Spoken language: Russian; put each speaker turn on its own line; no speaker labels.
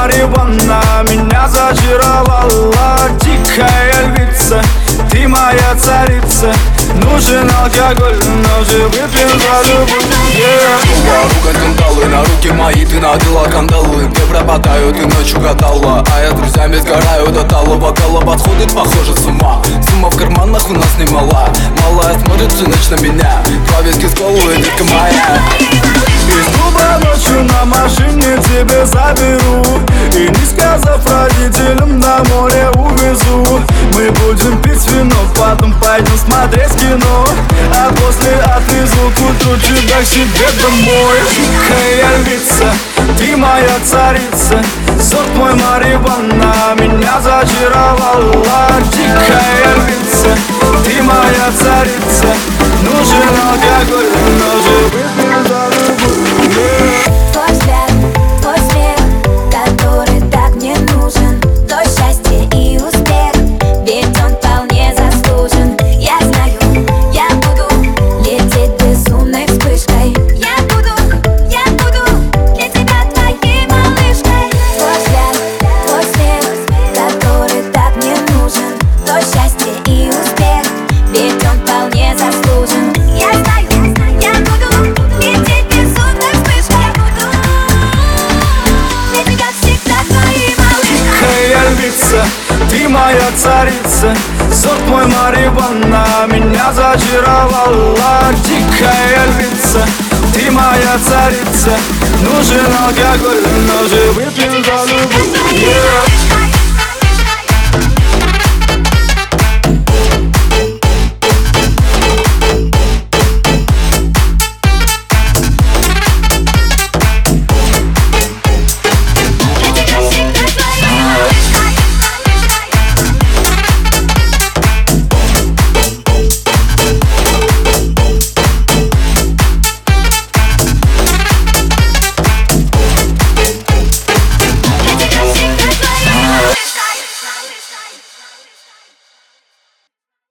марихуана меня зачаровала. Дикая львица, ты моя царица. Нужен алкоголь, но же выпьем за любовь.
Ругать скандалы, на руки мои ты надела кандалы. Где пропадаю, ты ночью гадала, а я с друзьями сгораю до талого. Бокала подходит, похоже, с ума. Сумма в карманах у нас немала. Малая смотрит всю ночь на меня. Два виски с головы, детка моя.
Из клуба ночью на машине тебе заберу. И не сказав родителям, на море увезу. Мы будем пить вино, потом пойдем смотреть кино. А после отвезу к утру тебя к себе домой. Дикая львица, ты моя царица. Сорт мой марихуана меня зачаровала. Дикая львица, ты моя царица. Нужен алкоголь, но же выпьем за любовь.
Твой взгляд, твой смех, который так мне нужен. То счастье и успех, ведь он вполне заслужен. Я знаю, я буду лететь безумной вспышкой. Я буду для тебя твоей малышкой. Твой взгляд, твой смех, который так мне нужен. То счастье и успех, ведь он вполне заслужен. Я знаю, я буду лететь безумной вспышкой. Для тебя всегда твоей малышкой.
Дикая львица, ты моя царица. Сорт мой марихуана меня зачаровала. Дикая львица, ты моя царица. Нужен алкоголь, но же выпьем за любовь.